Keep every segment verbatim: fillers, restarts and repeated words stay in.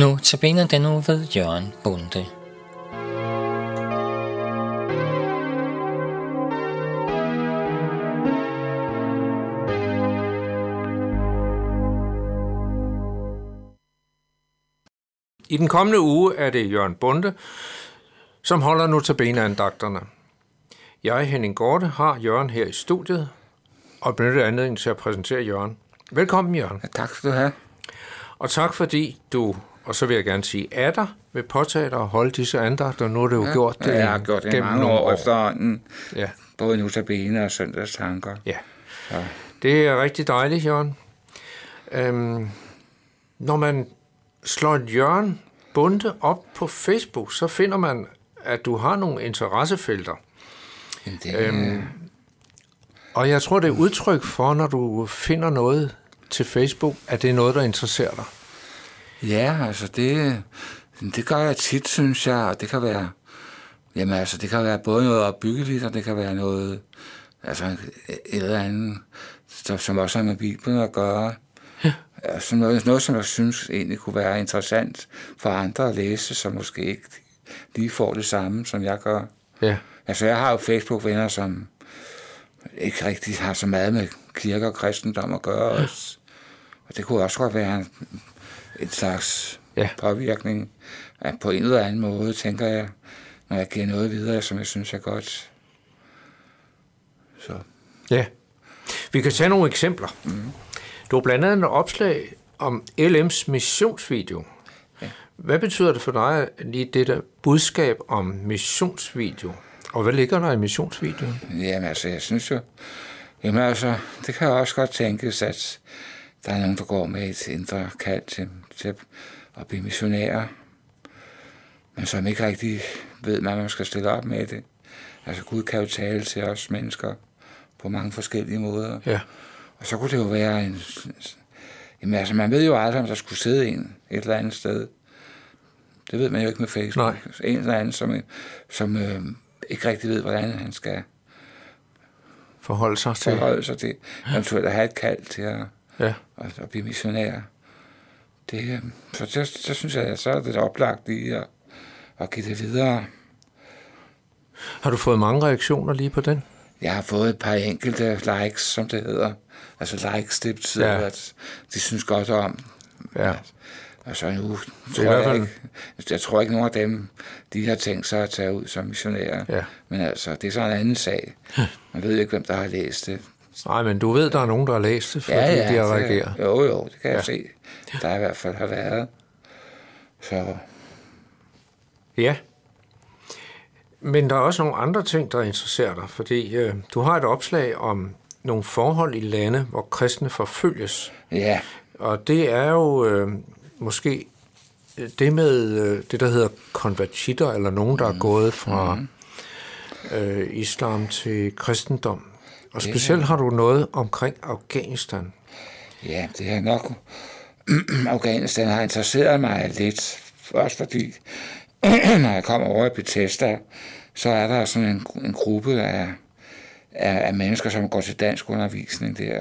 Notabene den nu ved Jørgen Bonde. I den kommende uge er det Jørgen Bonde, som holder notabeneandagterne. Jeg, Henning Gorte, har Jørgen her i studiet, og benytter anledningen til at præsentere Jørgen. Velkommen, Jørgen. Ja, tak skal du have. Og tak fordi du, og så vil jeg gerne sige, er der vil påtage dig at holde disse andagter. Nu har du jo ja, gjort det. Ja, jeg har gjort det gennem mange år, år. efterhånden. Ja. Både notabene og søndagstanker. Ja, ja. Det er rigtig dejligt, Jørgen. Øhm, når man slår Jørgen Bonde op på Facebook, så finder man, at du har nogle interessefelter. Det er... øhm, og jeg tror, det er udtryk for, når du finder noget til Facebook, at det er noget, der interesserer dig. Ja, altså det, det gør jeg tit, synes jeg, og det kan være, jamen altså det kan være både noget opbyggeligt, og det kan være noget, altså et eller andet, som også har med Bibelen at gøre. Ja. Altså noget, noget, som jeg synes egentlig kunne være interessant for andre at læse, som måske ikke lige får det samme, som jeg gør. Ja. Altså jeg har jo Facebook-venner, som ikke rigtig har så meget med kirke og kristendom at gøre ja. også. Og det kunne også godt være en, en slags ja. påvirkning at på en eller anden måde, tænker jeg, når jeg giver noget videre, som jeg synes er godt. Så. Ja. Vi kan tage nogle eksempler. Mm. Du har blandt andet et opslag om L M's missionsvideo. Ja. Hvad betyder det for dig lige det der budskab om missionsvideo? Og hvad ligger der i missionsvideoen? Jamen altså, jeg synes jo, jamen altså, det kan også godt tænkes, at der er nogen, der går med et indre kald til, til at blive missionærer, men som ikke rigtig ved, hvad man skal stille op med det. Altså Gud kan jo tale til os mennesker på mange forskellige måder. Ja. Og så kunne det jo være en... Jamen altså, man ved jo aldrig, om der skulle sidde en et eller andet sted. Det ved man jo ikke med Facebook. Nej. En eller anden, som, som øh, ikke rigtig ved, hvordan han skal forholde sig til, forholde sig til eventuelt at have et kald til at, ja. at, at blive missionær. Det, så, så, så synes jeg, at så er det oplagt i at, at give det videre. Har du fået mange reaktioner lige på den? Jeg har fået et par enkelte likes, som det hedder. Altså likes, det betyder, ja. at de synes godt om. Ja. Og så nu tror jeg ikke, jeg tror ikke, nogen af dem, de har tænkt sig at tage ud som missionærer. Ja. Men altså, det er så en anden sag. Man ved ikke, hvem der har læst det. Nej, men du ved, der er nogen, der har læst det, fordi ja, ja, de har reageret. Jo, jo, det kan ja. jeg se. Der i hvert fald har været. Så... Ja. Men der er også nogle andre ting, der interesserer dig, fordi øh, du har et opslag om nogle forhold i lande, hvor kristne forfølges. Ja. Og det er jo øh, måske det med øh, det, der hedder konvertitter, eller nogen, der mm. er gået fra mm. øh, islam til kristendom. Og specielt har du noget omkring Afghanistan. Ja, det er nok... Afghanistan har interesseret mig lidt, også fordi, når jeg kommer over i Bethesda, så er der sådan en, en gruppe af, af, af mennesker, som går til dansk undervisning der.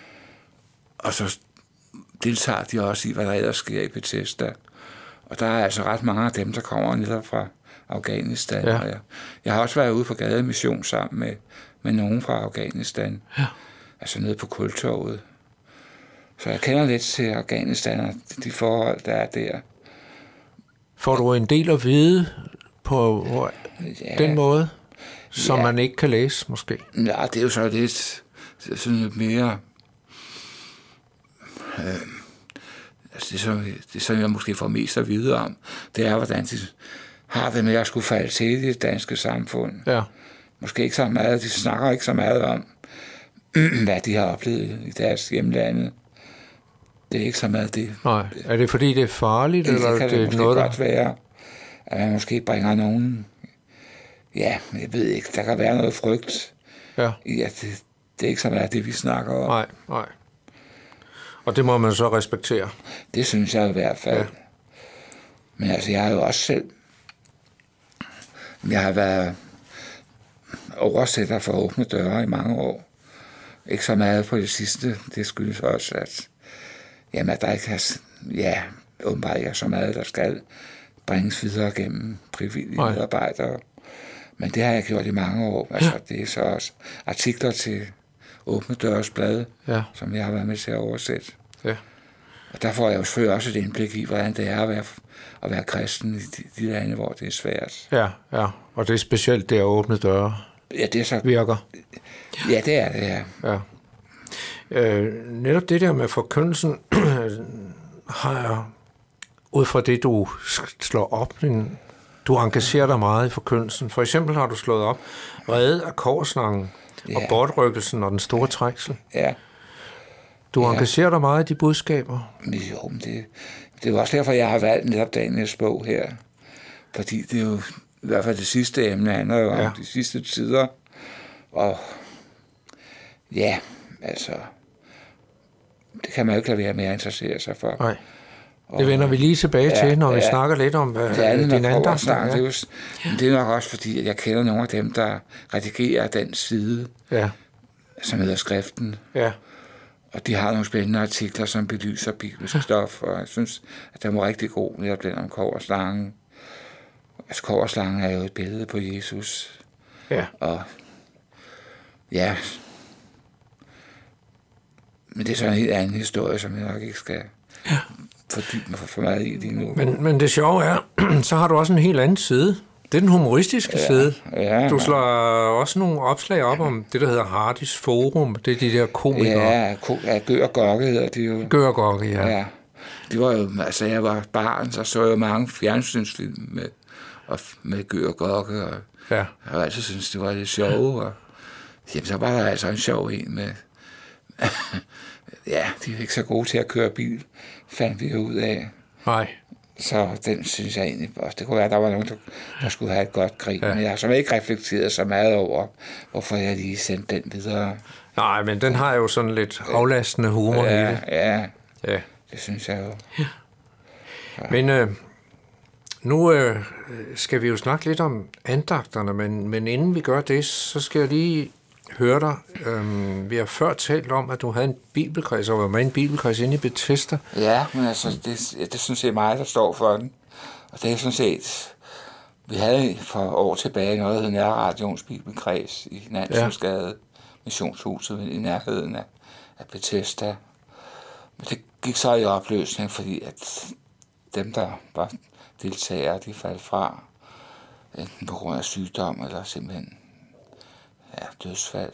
Og så deltager de også i, hvad der ellers sker i Bethesda. Og der er altså ret mange af dem, der kommer netop fra Afghanistan. Ja. Jeg, jeg har også været ude på gademission sammen med, med nogen fra Afghanistan. Ja. Altså nede på Kultorvet. Så jeg kender lidt til Afghanistan og de forhold, der er der. Får du en del at vide på ja. den måde, som ja. man ikke kan læse, måske? Ja, det er jo så lidt, sådan lidt mere... Øh, altså det, som, det, som jeg måske får mest at vide om, det er, hvordan de har det med at skulle falde til i det danske samfund. Ja. Måske ikke så meget, de snakker ikke så meget om, hvad de har oplevet i deres hjemlande. Det er ikke så meget det. Nej, er det fordi, det er farligt? Det, eller det kan det, det måske noget, godt være, at man måske bringer nogen... Ja, jeg ved ikke, der kan være noget frygt ja. i, at det, det er ikke så meget det, vi snakker om. Nej, nej. Og det må man så respektere. Det synes jeg i hvert fald. Ja. Men altså, jeg har jo også selv... Jeg har været oversætter for åbne døre i mange år. Ikke så meget på det sidste. Det skyldes også, at, jamen, at der ikke har... Ja, åbenbart ikke er så meget, der skal bringes videre gennem frivillige Nej. medarbejdere. Men det har jeg gjort i mange år. Altså, ja. Det er så også artikler til Åbne Døres Blad, Ja. som jeg har været med til at oversætte. Ja. Og der får jeg jo selvfølgelig også et indblik i, hvordan det er at være, at være kristen i de, de lande, hvor det er svært. Ja, ja. Og det er specielt det at åbne døre Ja, det er så... virker. Ja, det er det, ja. Ja. Øh, netop det der med forkyndelsen har jeg, ud fra det, du slår op, en, du engagerer dig meget i forkyndelsen. For eksempel har du slået op reddet af kobberslangen Ja. og bortrykkelsen og den store trængsel. Ja, Du Ja. engagerer dig meget i de budskaber. men jo, men det, det er jo også derfor, jeg har valgt netop Daniels bog her. Fordi det er jo, i hvert fald det sidste emne, handler jo om Ja. de sidste tider. Og ja, altså, det kan man jo ikke lade være med at interessere sig for. Nej. Det vender vi lige tilbage Ja, til, når vi ja. snakker lidt om hvad, Det andet, din når andagt. snak, det, er jo, men det er nok også fordi, at jeg kender nogle af dem, der redigerer den side, Ja, som hedder Skriften. ja, Og de har nogle spændende artikler, som belyser bibelsk stof, og jeg synes, at den var rigtig god, netop den om kobberslangen. Altså, kobberslangen er jo et billede på Jesus, ja. og ja, men det er så en helt anden historie, som jeg nok ikke skal fordybe mig for, for meget i lige nu. Men, men det sjove er, så har du også en helt anden side. Det er den humoristiske Ja, side. ja, Du man. slår også nogle opslag op om det, der hedder Hardis Forum. Det er de der komikere. Ja, ko- ja, Gør og Gokke hedder de jo. Gør og Gokke, ja. Ja, det var jo, altså jeg var barn, så så jeg mange fjernsynsfilm med, og med Gør og Gokke, og Ja. jeg har altid syntes, det var lidt sjovt, og jamen, så var der altså en sjov en med, ja, de er ikke så gode til at køre bil, fandt vi jo ud af, Nej. så den synes jeg egentlig også, det kunne være, at der var nogen, der, der skulle have et godt grin, Ja. ja. Men jeg har så ikke reflekteret så meget over, hvorfor jeg lige sendte den videre. Nej, men den har jo sådan lidt aflastende humor i Ja, det. ja, Ja. det synes jeg jo. Men øh, nu øh, skal vi jo snakke lidt om andagterne, men, men inden vi gør det, så skal jeg lige høre dig. Øhm, vi har før talt om, at du havde en bibelkreds, og var med i en bibelkreds inde i Bethesda. Ja, men altså, det, det synes jeg er mig, der står for den. Og det er sådan set, vi havde for år tilbage noget, der hed Nærradions Bibelkreds i Nansensgade, ja. Missionshuset i nærheden af, af Bethesda. Men det gik så i opløsning, fordi at dem, der var deltagere, de faldt fra, enten på grund af sygdom eller simpelthen ja, dødsfald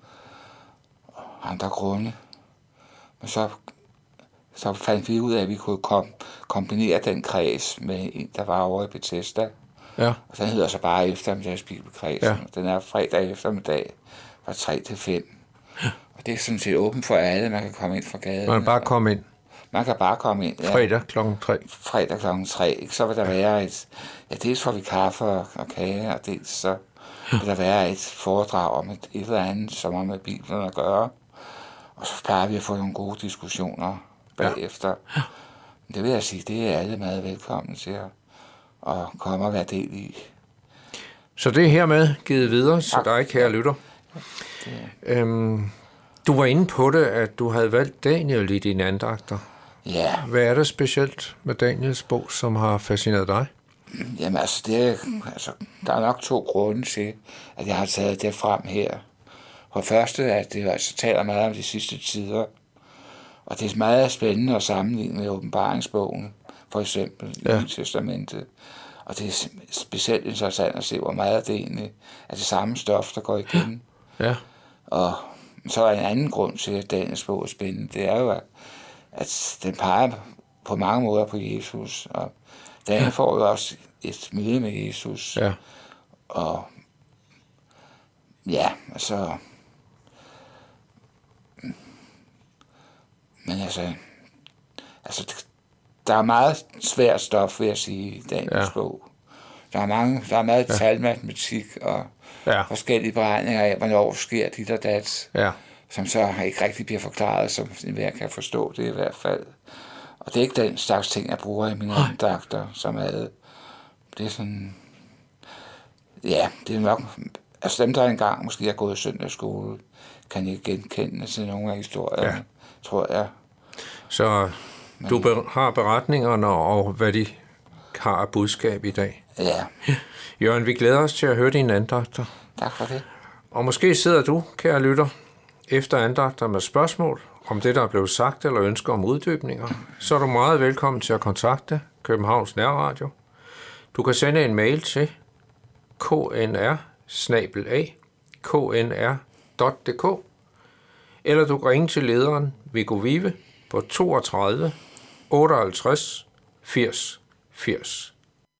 og andre grunde. Men så, så fandt vi ud af, at vi kunne kom, kombinere den kreds med en, der var over i Bethesda. Ja. Og den hedder så bare eftermiddags bibelkreds. Ja. Den er fredag eftermiddag fra tre til fem. Og det er sådan set åbent for alle, man kan komme ind fra gaden. Man bare komme ind Man kan bare komme ind. Ja. fredag klokken tre. Fredag klokken tre. Ikke? Så vil der være et... Ja, dels får vi kaffe og, og kage, og dels så vil der være et foredrag om et, et eller andet, som har med Bibelen at gøre. Og så plejer vi at få nogle gode diskussioner bagefter. Ja. Men det vil jeg sige, det er alle meget velkommen til at, at komme og være del i. Så det er hermed givet videre, så Tak. dig, kære lytter. Øhm, du var inde på det, at du havde valgt Daniel i dine andagter. Ja, Hvad er der specielt med Daniels bog, som har fascineret dig? jamen altså, det er, altså, der er nok to grunde til, at jeg har taget det frem her. For første, at det altså taler meget om de sidste tider, og det er meget spændende at sammenligne med åbenbaringsbogen, for eksempel i Ja. Nye Testamentet. Og det er specielt interessant at se, hvor meget det egentlig er det samme stof, der går igen. Ja, Og så er en anden grund til, at Daniels bog er spændende, det er jo, at, at den peger på mange måder på Jesus, og Daniel ja. får jo også et møde med Jesus, ja, og ja, altså, men altså, altså, der er meget svært stof, vil jeg sige, i Daniels Ja. bog. Der er, mange, der er meget ja. talmatematik og ja, forskellige beregninger af, hvornår sker dit og dat, ja, som så ikke rigtig bliver forklaret, som enhver kan forstå det i hvert fald. Og det er ikke den slags ting, jeg bruger i mine andagter, som er, det er sådan, ja, det er nok, altså dem, der engang måske har gået i søndagsskole, kan ikke genkende til nogle af historierne, Ja. tror jeg. så Du be- har beretningerne og hvad de har af budskab i dag. Ja, Jørgen, vi glæder os til at høre dine andagter. tak for det. Og måske sidder du, kære lytter, efter andagter med spørgsmål om det, der er blevet sagt, eller ønsker om uddybninger, så er du meget velkommen til at kontakte Københavns Nærradio. Du kan sende en mail til knr snabel-a knr punktum d k, eller du kan ringe til lederen Viggo Vive på toogtredive otteoghalvtreds firs firs.